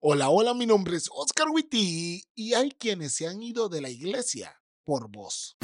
Hola, hola, mi nombre es Oscar Witty y hay quienes se han ido de la iglesia por vos.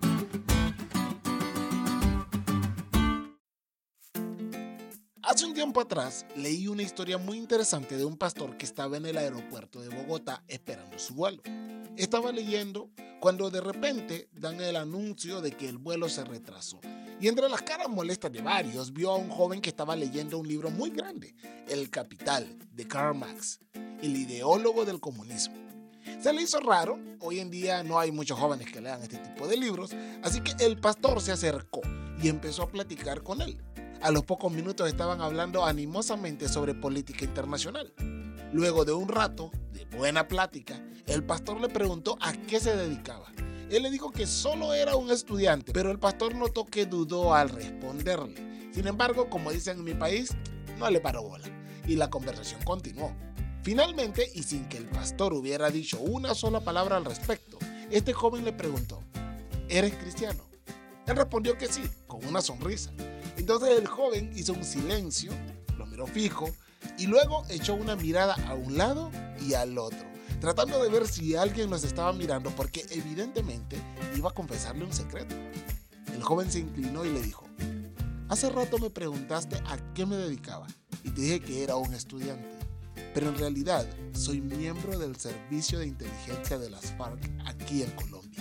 Hace un tiempo atrás leí una historia muy interesante de un pastor que estaba en el aeropuerto de Bogotá esperando su vuelo. Estaba leyendo cuando de repente dan el anuncio de que el vuelo se retrasó. Y entre las caras molestas de varios vio a un joven que estaba leyendo un libro muy grande, El Capital, de Karl Marx, el ideólogo del comunismo. Se le hizo raro, hoy en día no hay muchos jóvenes que lean este tipo de libros, así que el pastor se acercó y empezó a platicar con él. A los pocos minutos estaban hablando animosamente sobre política internacional. Luego de un rato de buena plática, el pastor le preguntó a qué se dedicaba. Él le dijo que solo era un estudiante, pero el pastor notó que dudó al responderle. Sin embargo, como dicen en mi país, no le paró bola y la conversación continuó. Finalmente, y sin que el pastor hubiera dicho una sola palabra al respecto, este joven le preguntó: ¿eres cristiano? Él respondió que sí, con una sonrisa. Entonces el joven hizo un silencio, lo miró fijo y luego echó una mirada a un lado y al otro, tratando de ver si alguien nos estaba mirando porque evidentemente iba a confesarle un secreto. El joven se inclinó y le dijo: hace rato me preguntaste a qué me dedicaba y te dije que era un estudiante, pero en realidad soy miembro del servicio de inteligencia de las FARC aquí en Colombia.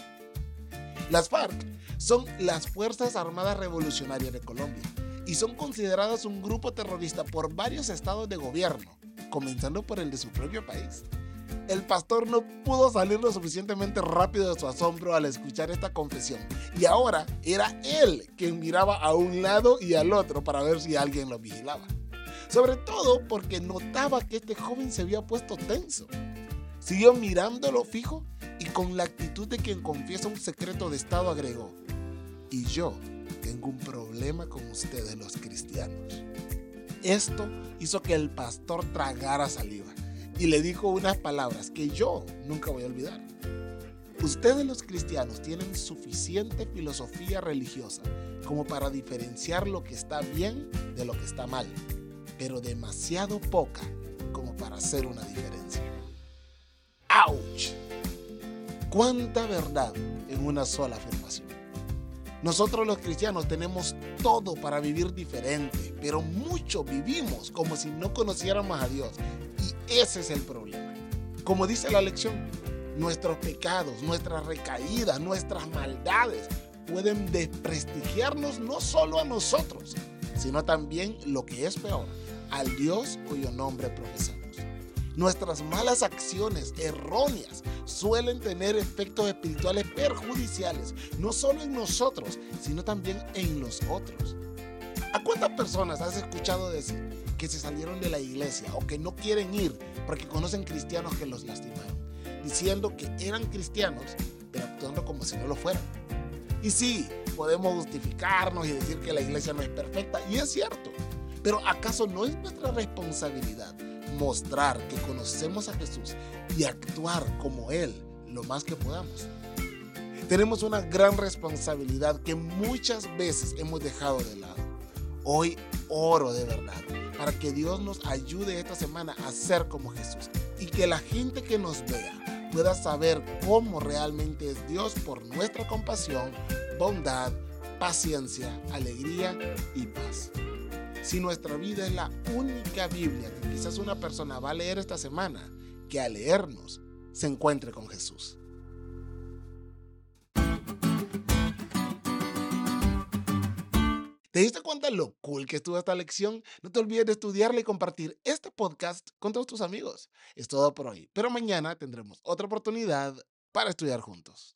Las FARC son las Fuerzas Armadas Revolucionarias de Colombia y son consideradas un grupo terrorista por varios estados de gobierno, comenzando por el de su propio país. El pastor no pudo salir lo suficientemente rápido de su asombro al escuchar esta confesión, y ahora era él quien miraba a un lado y al otro para ver si alguien lo vigilaba. Sobre todo porque notaba que este joven se había puesto tenso. Siguió mirándolo fijo y con la actitud de quien confiesa un secreto de Estado agregó: y yo tengo un problema con ustedes los cristianos. Esto hizo que el pastor tragara saliva y le dijo unas palabras que yo nunca voy a olvidar. Ustedes los cristianos tienen suficiente filosofía religiosa como para diferenciar lo que está bien de lo que está mal, pero demasiado poca como para hacer una diferencia. ¡Auch! ¡Cuánta verdad en una sola afirmación! Nosotros los cristianos tenemos todo para vivir diferente, pero mucho vivimos como si no conociéramos a Dios, y ese es el problema. Como dice la lección, nuestros pecados, nuestras recaídas, nuestras maldades pueden desprestigiarnos no solo a nosotros, sino también, lo que es peor, al Dios cuyo nombre profesamos. Nuestras malas acciones erróneas suelen tener efectos espirituales perjudiciales, no solo en nosotros, sino también en los otros. ¿A cuántas personas has escuchado decir que se salieron de la iglesia o que no quieren ir porque conocen cristianos que los lastimaron, diciendo que eran cristianos, pero actuando como si no lo fueran? Y sí, podemos justificarnos y decir que la iglesia no es perfecta, y es cierto, pero ¿acaso no es nuestra responsabilidad mostrar que conocemos a Jesús y actuar como Él lo más que podamos? Tenemos una gran responsabilidad que muchas veces hemos dejado de lado. Hoy oro de verdad para que Dios nos ayude esta semana a ser como Jesús y que la gente que nos vea pueda saber cómo realmente es Dios por nuestra compasión, bondad, paciencia, alegría y paz. Si nuestra vida es la única Biblia que quizás una persona va a leer esta semana, que al leernos se encuentre con Jesús. ¿Te diste cuenta lo cool que estuvo esta lección? No te olvides de estudiarla y compartir este podcast con todos tus amigos. Es todo por hoy, pero mañana tendremos otra oportunidad para estudiar juntos.